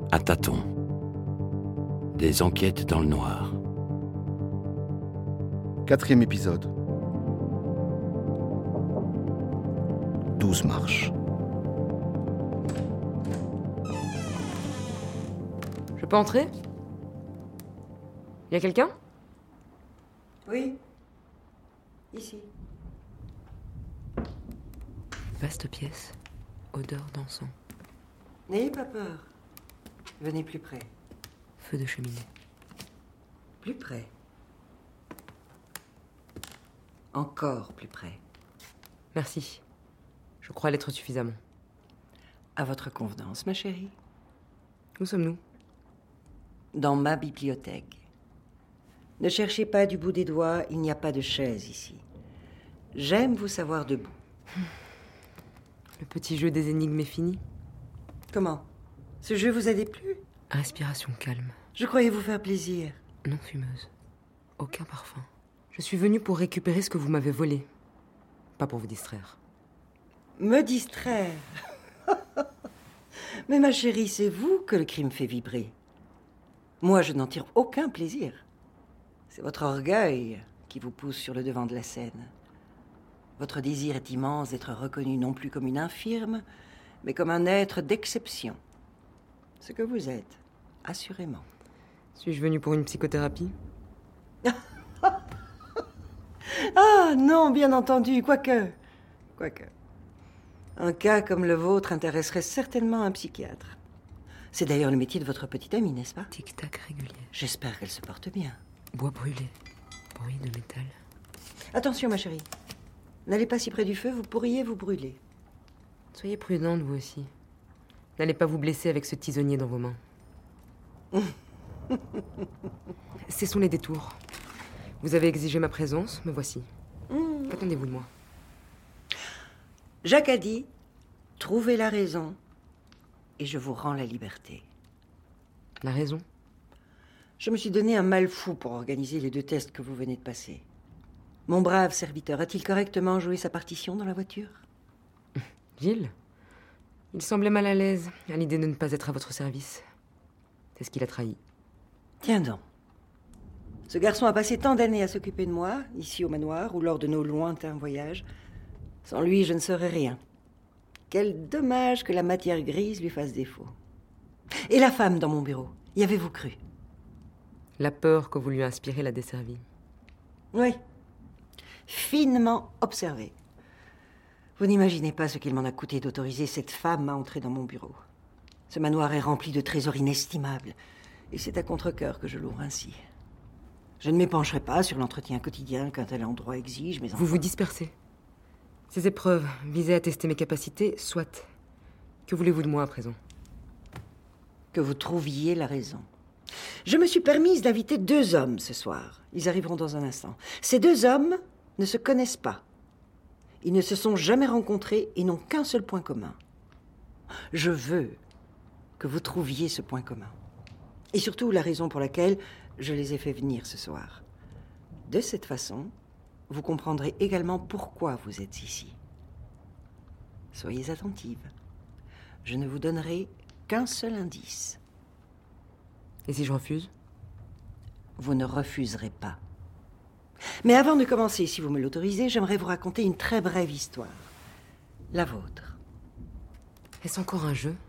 À tâtons. Des enquêtes dans le noir. 4e épisode. 12 marches. Je peux entrer? Y a quelqu'un? Oui. Ici. Vaste pièce, odeur d'encens, N'ayez pas peur. Venez plus près. feu de cheminée. Plus près. Encore plus près. Merci. Je crois l'être suffisamment. À votre convenance, ma chérie. Où sommes-nous? Dans ma bibliothèque. Ne cherchez pas du bout des doigts, il n'y a pas de chaise ici. J'aime vous savoir debout. Le petit jeu des énigmes est fini. Comment? Ce jeu vous a déplu? Respiration calme, Je croyais vous faire plaisir. non fumeuse. Aucun parfum. Je suis venue pour récupérer ce que vous m'avez volé. Pas pour vous distraire. Me distraire. Mais ma chérie, c'est vous que le crime fait vibrer. Moi, je n'en tire aucun plaisir. C'est votre orgueil qui vous pousse sur le devant de la scène. Votre désir est immense d'être reconnu non plus comme une infirme, mais comme un être d'exception. Ce que vous êtes, assurément. Suis-je venue pour une psychothérapie? Ah non, bien entendu, quoique. Un cas comme le vôtre intéresserait certainement un psychiatre. C'est d'ailleurs le métier de votre petite amie, n'est-ce pas? Tic-tac régulier. J'espère qu'elle se porte bien. Bois brûlé. Bruit de métal. Attention, ma chérie. N'allez pas si près du feu, vous pourriez vous brûler. Soyez prudente, vous aussi. N'allez pas vous blesser avec ce tisonnier dans vos mains. Cessons les détours. Vous avez exigé ma présence, me voici. Qu'attendez-vous de moi? Jacques a dit, trouvez la raison et je vous rends la liberté. La raison? Je me suis donné un mal fou pour organiser les 2 tests que vous venez de passer. Mon brave serviteur a-t-il correctement joué sa partition dans la voiture? Gilles? Il semblait mal à l'aise à l'idée de ne pas être à votre service. C'est ce qu'il a trahi. Tiens donc. Ce garçon a passé tant d'années à s'occuper de moi, ici au manoir, ou lors de nos lointains voyages. Sans lui, je ne serais rien. Quel dommage que la matière grise lui fasse défaut. Et la femme dans mon bureau, y avez-vous cru? La peur que vous lui inspirez l'a desservi. Oui. Finement observé. Vous n'imaginez pas ce qu'il m'en a coûté d'autoriser cette femme à entrer dans mon bureau. Ce manoir est rempli de trésors inestimables, et c'est à contre-cœur que je l'ouvre ainsi. Je ne m'épancherai pas sur l'entretien quotidien qu'un tel endroit exige, mais enfin... Vous vous dispersez. Ces épreuves visaient à tester mes capacités, soit. Que voulez-vous de moi à présent? Que vous trouviez la raison. Je me suis permise d'inviter 2 hommes ce soir. Ils arriveront dans un instant. Ces 2 hommes ne se connaissent pas. Ils ne se sont jamais rencontrés et n'ont qu'un seul point commun. Je veux que vous trouviez ce point commun. Et surtout la raison pour laquelle je les ai fait venir ce soir. De cette façon, vous comprendrez également pourquoi vous êtes ici. Soyez attentive. Je ne vous donnerai qu'un seul indice. Et si je refuse? Vous ne refuserez pas. Mais avant de commencer, si vous me l'autorisez, j'aimerais vous raconter une très brève histoire. La vôtre. Est-ce encore un jeu?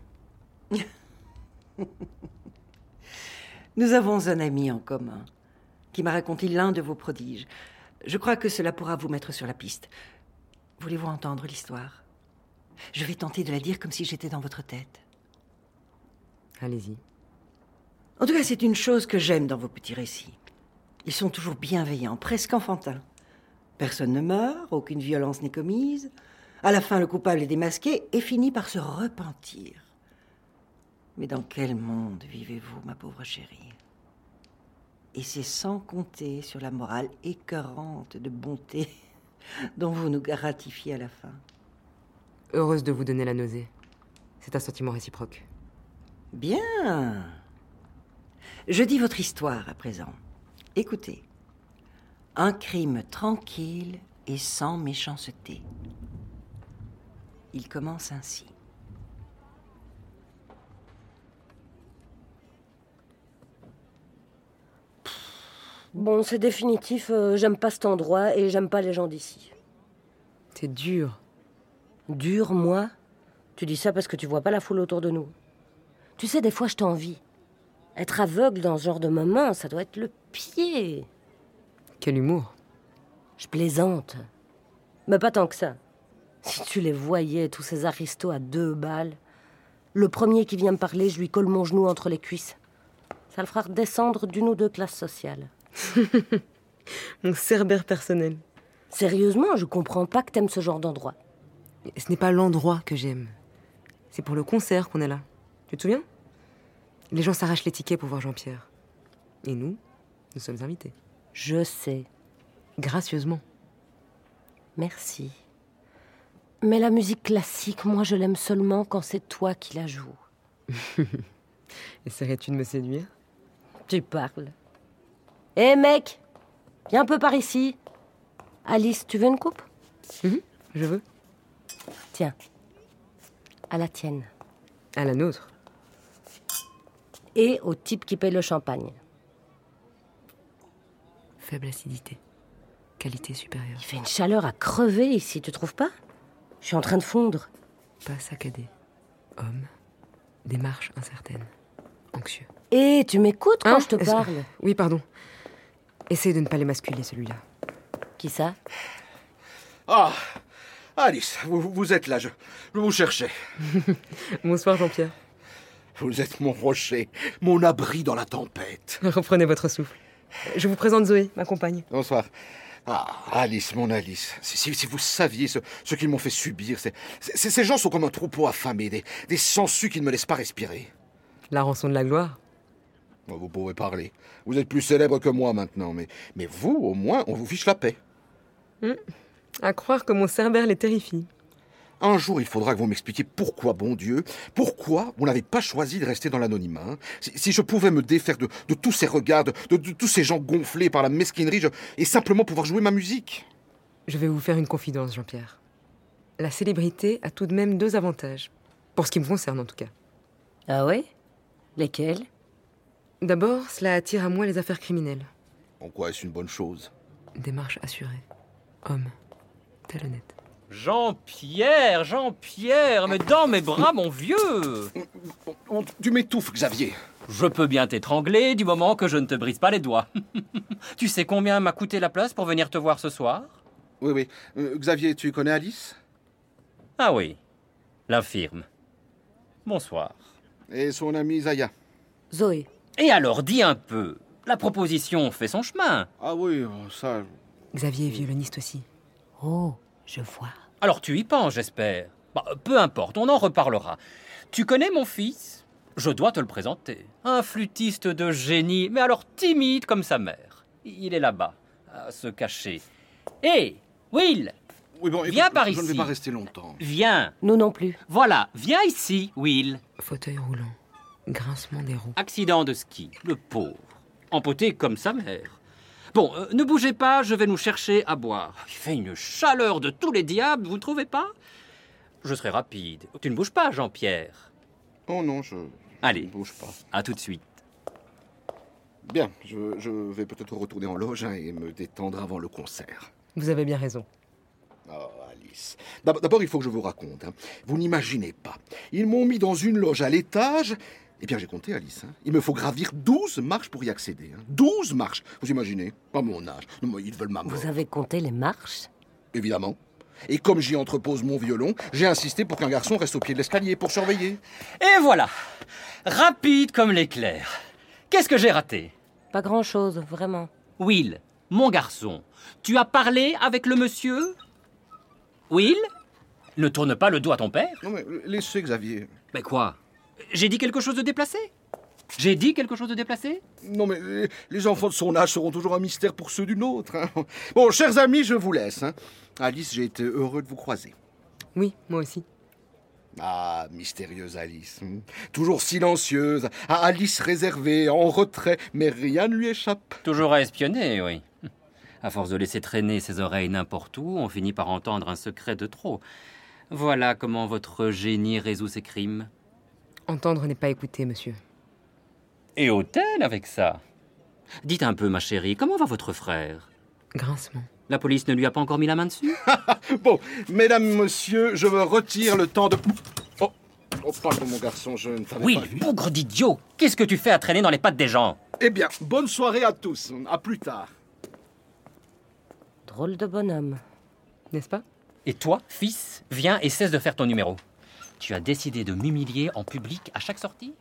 Nous avons un ami en commun qui m'a raconté l'un de vos prodiges. Je crois que cela pourra vous mettre sur la piste. Voulez-vous entendre l'histoire? Je vais tenter de la dire comme si j'étais dans votre tête. Allez-y. En tout cas, c'est une chose que j'aime dans vos petits récits. Ils sont toujours bienveillants, presque enfantins. Personne ne meurt, aucune violence n'est commise. À la fin, le coupable est démasqué et finit par se repentir. Mais dans quel monde vivez-vous, ma pauvre chérie? Et c'est sans compter sur la morale écœurante de bonté dont vous nous gratifiez à la fin. Heureuse de vous donner la nausée. C'est un sentiment réciproque. Bien. Je dis votre histoire à présent. Écoutez. Un crime tranquille et sans méchanceté. Il commence ainsi. Bon, c'est définitif, j'aime pas cet endroit et j'aime pas les gens d'ici. C'est dur. Dur, moi? Tu dis ça parce que tu vois pas la foule autour de nous. Tu sais, des fois, je t'envie. Être aveugle dans ce genre de moment, ça doit être le pied. Quel humour. Je plaisante. Mais pas tant que ça. Si tu les voyais, tous ces aristos à 2 balles. Le premier qui vient me parler, je lui colle mon genou entre les cuisses. Ça le fera redescendre d'une ou 2 classes sociales. Mon cerbère personnel. Sérieusement, je comprends pas que t'aimes ce genre d'endroit. Ce n'est pas l'endroit que j'aime. C'est pour le concert qu'on est là. Tu te souviens? Les gens s'arrachent les tickets pour voir Jean-Pierre. Et nous sommes invités. Je sais. Gracieusement. Merci. Mais la musique classique, moi, je l'aime seulement quand c'est toi qui la joues. Essaierais-tu de me séduire? Tu parles. Hé, mec! Viens un peu par ici. Alice, tu veux une coupe? Je veux. Tiens. À la tienne. À la nôtre. Et au type qui paye le champagne. Faible acidité. Qualité supérieure. Il fait une chaleur à crever ici, tu trouves pas? Je suis en train de fondre. Pas saccadé. Homme. Démarche incertaine. Anxieux. Hé, tu m'écoutes quand je te Est-ce- parle? Oui, pardon. Essaye de ne pas l'émasculer, celui-là. Qui ça? Ah, Alice, vous êtes là, je vous cherchais. Bonsoir, Jean-Pierre. Vous êtes mon rocher, mon abri dans la tempête. Reprenez votre souffle. Je vous présente Zoé, ma compagne. Bonsoir. Ah, Alice, mon Alice, si vous saviez ce qu'ils m'ont fait subir, ces gens sont comme un troupeau affamé, des sangsues qui ne me laissent pas respirer. La rançon de la gloire. Vous pouvez parler. Vous êtes plus célèbre que moi maintenant, mais vous, au moins, on vous fiche la paix. À croire que mon cerbère les terrifie. Un jour, il faudra que vous m'expliquiez pourquoi, bon Dieu, pourquoi vous n'avez pas choisi de rester dans l'anonymat. Hein. Si je pouvais me défaire de tous ces regards, de tous ces gens gonflés par la mesquinerie, et simplement pouvoir jouer ma musique. Je vais vous faire une confidence, Jean-Pierre. La célébrité a tout de même 2 avantages. Pour ce qui me concerne, en tout cas. Ah ouais? Lesquels? D'abord, cela attire à moi les affaires criminelles. En quoi est-ce une bonne chose? Démarche assurée. Homme. Talonnette. Jean-Pierre, mais dans mes bras, mon vieux! Tu m'étouffes, Xavier. Je peux bien t'étrangler du moment que je ne te brise pas les doigts. Tu sais combien m'a coûté la place pour venir te voir ce soir? Oui. Xavier, tu connais Alice? Ah oui, l'infirme. Bonsoir. Et son amie Zaya? Zoé. Et alors, dis un peu, la proposition fait son chemin. Ah oui, ça... Xavier est violoniste aussi. Oh, je vois. Alors tu y penses, j'espère. Bah, peu importe, on en reparlera. Tu connais mon fils? Je dois te le présenter. Un flûtiste de génie, mais alors timide comme sa mère. Il est là-bas, à se cacher. Hé, Will, Oui, bon, viens écoute, par je ici. ne vais pas rester longtemps. Viens. Nous non plus. Voilà, viens ici, Will. Fauteuil roulant. Grincement des roues. Accident de ski, le pauvre. Empoté comme sa mère. Bon, ne bougez pas, je vais nous chercher à boire. Il fait une chaleur de tous les diables, vous ne trouvez pas? Je serai rapide. Tu ne bouges pas, Jean-Pierre. Oh non, je Allez. ne bouge pas. À tout de suite. Bien, je vais peut-être retourner en loge et me détendre avant le concert. Vous avez bien raison. Oh, Alice. D'abord, il faut que je vous raconte. Hein. Vous n'imaginez pas. Ils m'ont mis dans une loge à l'étage. Eh bien, j'ai compté, Alice. Hein. Il me faut gravir 12 marches pour y accéder. Hein. 12 marches. Vous imaginez? Pas mon âge. Non, mais ils veulent ma mort. Vous avez compté les marches? Évidemment. Et comme j'y entrepose mon violon, j'ai insisté pour qu'un garçon reste au pied de l'escalier pour surveiller. Et voilà. Rapide comme l'éclair. Qu'est-ce que j'ai raté? Pas grand-chose, vraiment. Will, mon garçon, tu as parlé avec le monsieur? Will? Ne tourne pas le dos à ton père? Non, mais laissez Xavier. Mais quoi? J'ai dit quelque chose de déplacé? J'ai dit quelque chose de déplacé? Non, mais les enfants de son âge seront toujours un mystère pour ceux du nôtre. Hein. Bon, chers amis, je vous laisse. Hein. Alice, j'ai été heureux de vous croiser. Oui, moi aussi. Ah, mystérieuse Alice. Toujours silencieuse, à Alice réservée, en retrait, mais rien ne lui échappe. Toujours à espionner, oui. À force de laisser traîner ses oreilles n'importe où, on finit par entendre un secret de trop. Voilà comment votre génie résout ses crimes. Entendre n'est pas écouter, monsieur. Et hôtel avec ça. Dites un peu, ma chérie, comment va votre frère? Grincement. La police ne lui a pas encore mis la main dessus? Bon, mesdames, messieurs, je me retire le temps de... Oh, pardon, mon garçon, je ne t'avais Oui, pas vu. bougre d'idiot! Qu'est-ce que tu fais à traîner dans les pattes des gens? Eh bien, bonne soirée à tous. À plus tard. Drôle de bonhomme. N'est-ce pas? Et toi, fils, viens et cesse de faire ton numéro. Tu as décidé de m'humilier en public à chaque sortie?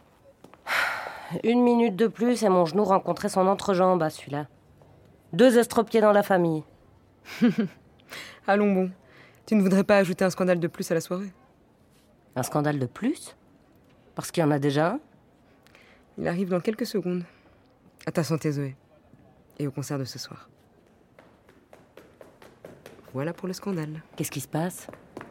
1 minute de plus et mon genou rencontrait son entrejambe à celui-là. 2 estropiés dans la famille. Allons bon. Tu ne voudrais pas ajouter un scandale de plus à la soirée? Un scandale de plus? Parce qu'il y en a déjà un? Il arrive dans quelques secondes. À ta santé, Zoé. Et au concert de ce soir. Voilà pour le scandale. Qu'est-ce qui se passe?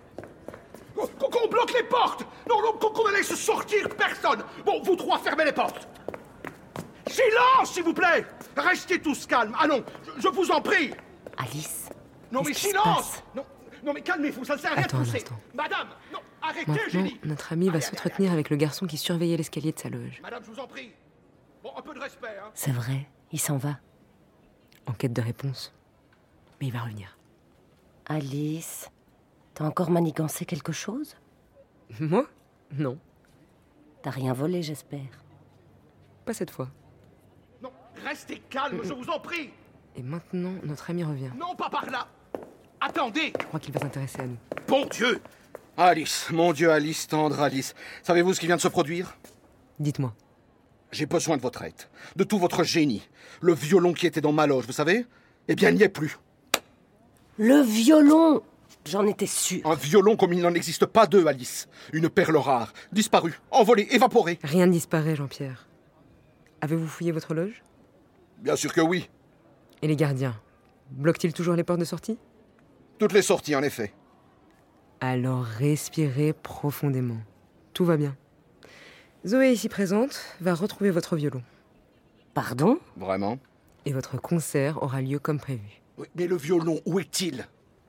Qu'on bloque les portes! Non, qu'on ne laisse sortir personne! Bon, vous trois, fermez les portes! Silence, s'il vous plaît! Restez tous calmes! Ah non, je vous en prie! Alice? Non, mais qu'est-ce qui se silence! passe Non, mais calmez-vous, ça ne sert à rien de Attends un pousser! instant. Madame! Non, arrêtez, j'ai Maintenant, dit! notre ami va s'entretenir avec le garçon qui surveillait l'escalier de sa loge. Madame, je vous en prie! Bon, un peu de respect, hein! C'est vrai, il s'en va. En quête de réponse. Mais il va revenir. Alice, t'as encore manigancé quelque chose? Moi? Non. T'as rien volé, j'espère. Pas cette fois. Non, restez calme, je vous en prie! Et maintenant, notre ami revient. Non, pas par là! Attendez! Je crois qu'il va s'intéresser à nous. Bon Dieu! Alice, mon Dieu, Alice, tendre Alice. Savez-vous ce qui vient de se produire? Dites-moi. J'ai besoin de votre aide, de tout votre génie. Le violon qui était dans ma loge, vous savez? Eh bien, il n'y est plus. Le violon! J'en étais sûre. Un violon comme il n'en existe pas deux, Alice. Une perle rare, disparue, envolée, évaporée. Rien ne disparaît, Jean-Pierre. Avez-vous fouillé votre loge? Bien sûr que oui. Et les gardiens? Bloquent-ils toujours les portes de sortie? Toutes les sorties, en effet. Alors respirez profondément. Tout va bien. Zoé, ici présente, va retrouver votre violon. Pardon? Vraiment? Et votre concert aura lieu comme prévu. Oui, mais le violon, où est-il?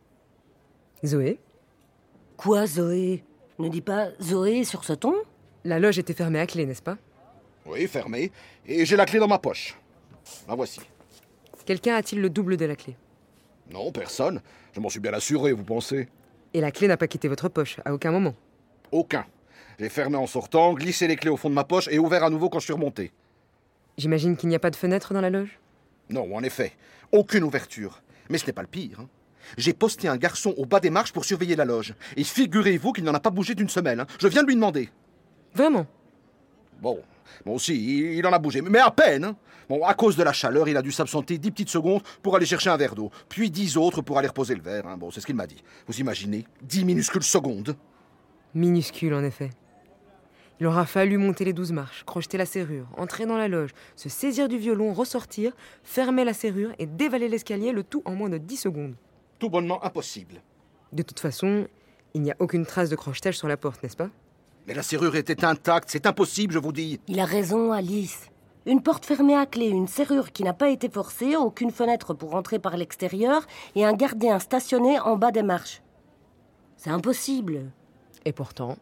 Zoé? Quoi, Zoé? Ne dis pas Zoé sur ce ton? La loge était fermée à clé, n'est-ce pas? Oui, fermé. Et j'ai la clé dans ma poche. La voici. Quelqu'un a-t-il le double de la clé? Non, personne. Je m'en suis bien assuré, vous pensez? Et la clé n'a pas quitté votre poche, à aucun moment. Aucun. J'ai fermé en sortant, glissé les clés au fond de ma poche et ouvert à nouveau quand je suis remonté. J'imagine qu'il n'y a pas de fenêtre dans la loge? Non, en effet. Aucune ouverture. Mais ce n'est pas le pire. Hein. J'ai posté un garçon au bas des marches pour surveiller la loge. Et figurez-vous qu'il n'en a pas bougé d'une semelle. Hein. Je viens de lui demander. Vraiment? Bon aussi, il en a bougé, mais à peine. Hein. Bon, à cause de la chaleur, il a dû s'absenter 10 petites secondes pour aller chercher un verre d'eau, puis 10 autres pour aller reposer le verre. Hein. Bon, c'est ce qu'il m'a dit. Vous imaginez 10 minuscules secondes. Minuscule, en effet. Il aura fallu monter les 12 marches, crocheter la serrure, entrer dans la loge, se saisir du violon, ressortir, fermer la serrure et dévaler l'escalier, le tout en moins de 10 secondes. Tout bonnement impossible. De toute façon, il n'y a aucune trace de crochetage sur la porte, n'est-ce pas? Mais la serrure était intacte, c'est impossible, je vous dis. Il a raison, Alice. Une porte fermée à clé, une serrure qui n'a pas été forcée, aucune fenêtre pour entrer par l'extérieur et un gardien stationné en bas des marches. C'est impossible. Et pourtant,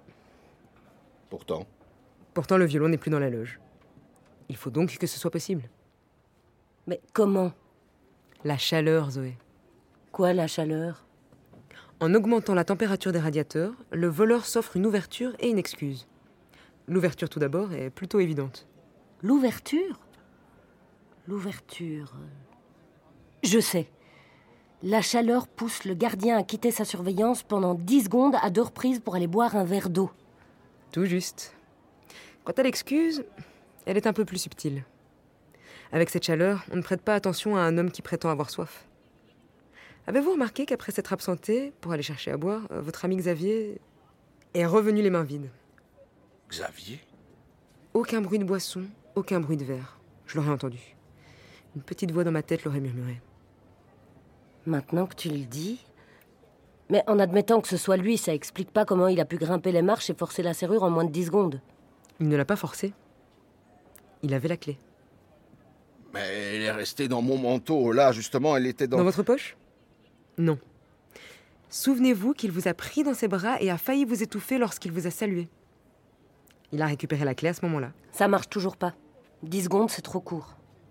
Pourtant, le violon n'est plus dans la loge. Il faut donc que ce soit possible. Mais comment? La chaleur, Zoé. Quoi, la chaleur? En augmentant la température des radiateurs, le voleur s'offre une ouverture et une excuse. L'ouverture, tout d'abord, est plutôt évidente. L'ouverture? L'ouverture... Je sais. La chaleur pousse le gardien à quitter sa surveillance pendant 10 secondes à 2 reprises pour aller boire un verre d'eau. Tout juste. Quant à l'excuse, elle est un peu plus subtile. Avec cette chaleur, on ne prête pas attention à un homme qui prétend avoir soif. Avez-vous remarqué qu'après s'être absenté pour aller chercher à boire, votre ami Xavier est revenu les mains vides? Xavier? Aucun bruit de boisson, aucun bruit de verre. Je l'aurais entendu. Une petite voix dans ma tête l'aurait murmuré. Maintenant que tu le dis... Mais en admettant que ce soit lui, ça explique pas comment il a pu grimper les marches et forcer la serrure en moins de 10 secondes. Il ne l'a pas forcé. Il avait la clé. Mais elle est restée dans mon manteau. Là, justement, elle était dans... Dans votre poche? Non. Souvenez-vous qu'il vous a pris dans ses bras et a failli vous étouffer lorsqu'il vous a salué. Il a récupéré la clé à ce moment-là. Ça marche toujours pas. 10 secondes, c'est trop court.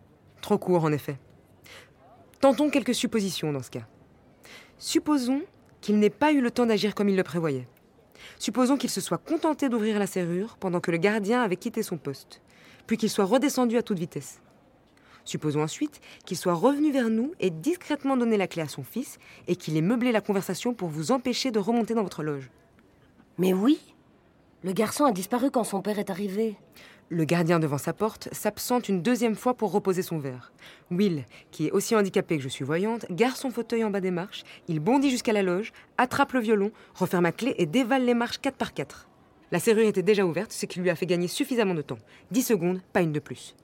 Trop court, en effet. Tentons quelques suppositions dans ce cas. Supposons qu'il n'ait pas eu le temps d'agir comme il le prévoyait. Supposons qu'il se soit contenté d'ouvrir la serrure pendant que le gardien avait quitté son poste, puis qu'il soit redescendu à toute vitesse. Supposons ensuite qu'il soit revenu vers nous et discrètement donné la clé à son fils et qu'il ait meublé la conversation pour vous empêcher de remonter dans votre loge. Mais oui, le garçon a disparu quand son père est arrivé. Le gardien devant sa porte s'absente une deuxième fois pour reposer son verre. Will, qui est aussi handicapé que je suis voyante, gare son fauteuil en bas des marches, il bondit jusqu'à la loge, attrape le violon, referme la clé et dévale les marches 4 par 4. La serrure était déjà ouverte, ce qui lui a fait gagner suffisamment de temps. 10 secondes, pas une de plus.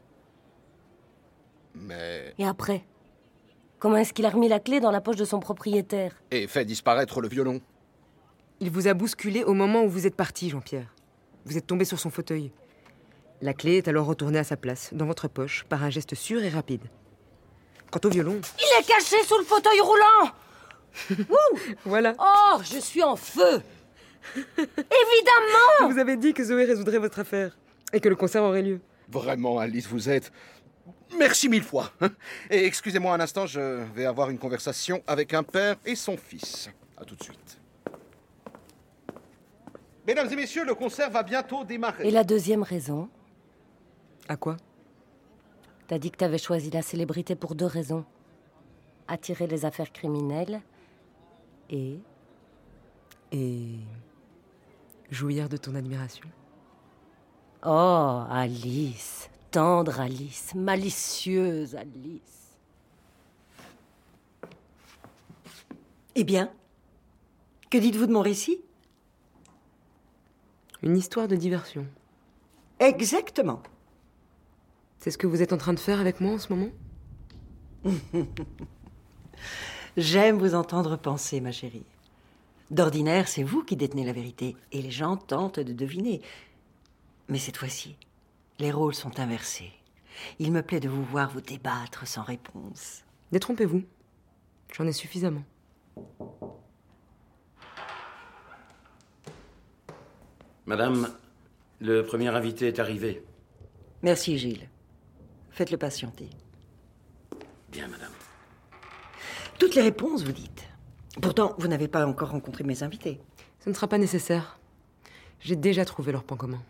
Mais... Et après? Comment est-ce qu'il a remis la clé dans la poche de son propriétaire? Et fait disparaître le violon. Il vous a bousculé au moment où vous êtes parti, Jean-Pierre. Vous êtes tombé sur son fauteuil. La clé est alors retournée à sa place, dans votre poche, par un geste sûr et rapide. Quant au violon... Il est caché sous le fauteuil roulant! Voilà. Oh, je suis en feu! Évidemment! Je vous avais dit que Zoé résoudrait votre affaire et que le concert aurait lieu. Vraiment, Alice, vous êtes... Merci 1000 fois. Et excusez-moi un instant, je vais avoir une conversation avec un père et son fils. À tout de suite. Mesdames et messieurs, le concert va bientôt démarrer. Et la deuxième raison? À quoi? T'as dit que t'avais choisi la célébrité pour 2 raisons. Attirer les affaires criminelles et... Et... jouir de ton admiration. Oh, Alice, tendre Alice, malicieuse Alice. Eh bien, que dites-vous de mon récit? Une histoire de diversion. Exactement. C'est ce que vous êtes en train de faire avec moi en ce moment? J'aime vous entendre penser, ma chérie. D'ordinaire, c'est vous qui détenez la vérité, et les gens tentent de deviner. Mais cette fois-ci, les rôles sont inversés. Il me plaît de vous voir vous débattre sans réponse. Détrompez-vous. J'en ai suffisamment. Madame, le premier invité est arrivé. Merci, Gilles. Faites-le patienter. Bien, madame. Toutes les réponses, vous dites. Pourtant, vous n'avez pas encore rencontré mes invités. Ce ne sera pas nécessaire. J'ai déjà trouvé leur point commun.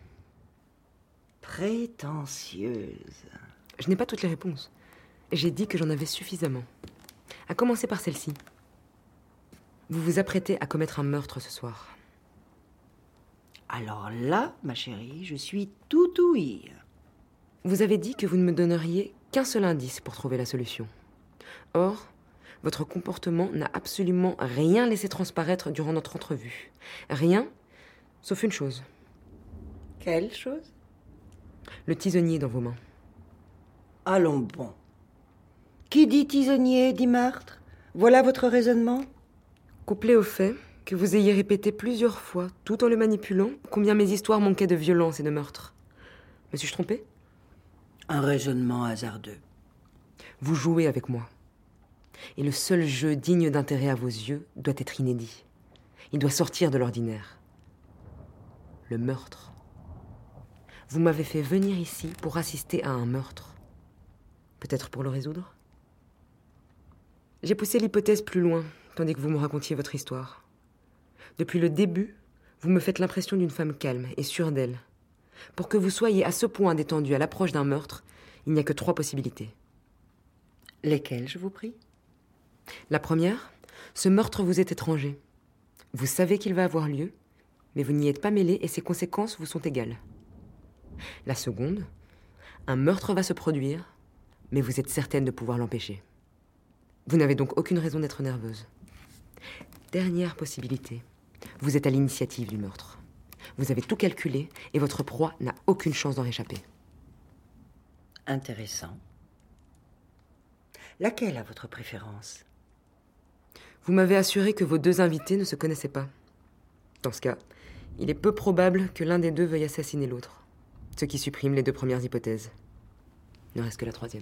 Prétentieuse. Je n'ai pas toutes les réponses. J'ai dit que j'en avais suffisamment. À commencer par celle-ci. Vous vous apprêtez à commettre un meurtre ce soir. Alors là, ma chérie, je suis tout ouïe. Vous avez dit que vous ne me donneriez qu'un seul indice pour trouver la solution. Or, votre comportement n'a absolument rien laissé transparaître durant notre entrevue. Rien, sauf une chose. Quelle chose? Le tisonnier dans vos mains. Allons bon. Qui dit tisonnier dit meurtre? Voilà votre raisonnement? Couplé au fait que vous ayez répété plusieurs fois, tout en le manipulant, combien mes histoires manquaient de violence et de meurtre. Me suis-je trompé? Un raisonnement hasardeux. Vous jouez avec moi. Et le seul jeu digne d'intérêt à vos yeux doit être inédit. Il doit sortir de l'ordinaire. Le meurtre. Vous m'avez fait venir ici pour assister à un meurtre. Peut-être pour le résoudre? J'ai poussé l'hypothèse plus loin, tandis que vous me racontiez votre histoire. Depuis le début, vous me faites l'impression d'une femme calme et sûre d'elle. Pour que vous soyez à ce point détendu à l'approche d'un meurtre, il n'y a que 3 possibilités. Lesquelles, je vous prie? La première, ce meurtre vous est étranger. Vous savez qu'il va avoir lieu, mais vous n'y êtes pas mêlé et ses conséquences vous sont égales. La seconde, un meurtre va se produire, mais vous êtes certaine de pouvoir l'empêcher. Vous n'avez donc aucune raison d'être nerveuse. Dernière possibilité, vous êtes à l'initiative du meurtre. Vous avez tout calculé et votre proie n'a aucune chance d'en réchapper. Intéressant. Laquelle a votre préférence? Vous m'avez assuré que vos 2 invités ne se connaissaient pas. Dans ce cas, il est peu probable que l'un des 2 veuille assassiner l'autre, ce qui supprime les 2 premières hypothèses. Il ne reste que la 3e.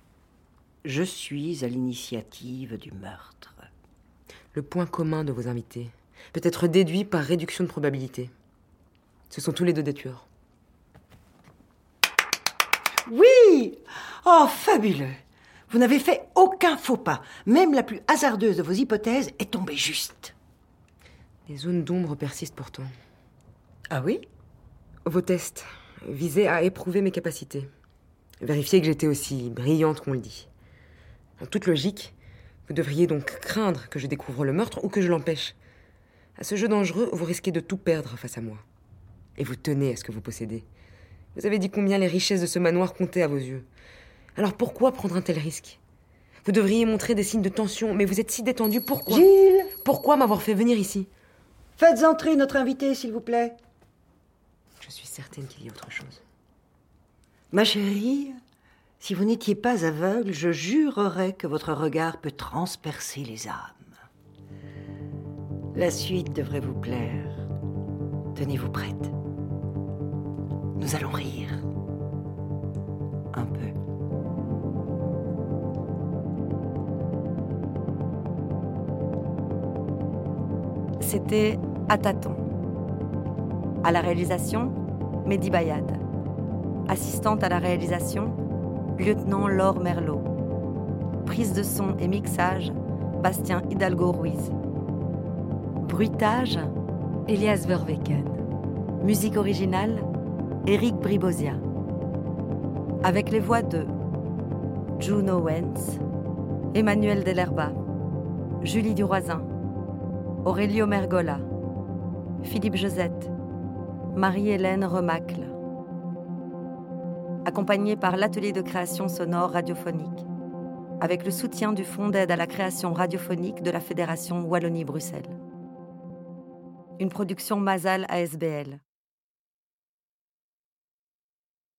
Je suis à l'initiative du meurtre. Le point commun de vos invités peut être déduit par réduction de probabilité. Ce sont tous les 2 des tueurs. Oui! Oh, fabuleux! Vous n'avez fait aucun faux pas. Même la plus hasardeuse de vos hypothèses est tombée juste. Les zones d'ombre persistent pourtant. Ah oui? Vos tests visaient à éprouver mes capacités. Vérifier que j'étais aussi brillante qu'on le dit. En toute logique, vous devriez donc craindre que je découvre le meurtre ou que je l'empêche. À ce jeu dangereux, vous risquez de tout perdre face à moi. Et vous tenez à ce que vous possédez. Vous avez dit combien les richesses de ce manoir comptaient à vos yeux. Alors pourquoi prendre un tel risque? Vous devriez montrer des signes de tension, mais vous êtes si détendu, pourquoi? Gilles! Pourquoi m'avoir fait venir ici? Faites entrer notre invité, s'il vous plaît. Je suis certaine qu'il y a autre chose. Ma chérie, si vous n'étiez pas aveugle, je jurerais que votre regard peut transpercer les âmes. La suite devrait vous plaire. Tenez-vous prête. Nous allons rire. Un peu. C'était À tâtons. À la réalisation, Mehdi Bayad. Assistante à la réalisation, lieutenant Laure Merlot. Prise de son et mixage, Bastien Hidalgo-Ruiz. Bruitage, Elias Verweken. Musique originale, Éric Bribosia. Avec les voix de Juno Wentz, Emmanuel Delerba, Julie Duroisin, Aurelio Mergola, Philippe Josette, Marie-Hélène Remacle. Accompagné par l'atelier de création sonore radiophonique, avec le soutien du Fonds d'aide à la création radiophonique de la Fédération Wallonie-Bruxelles. Une production Mazal ASBL.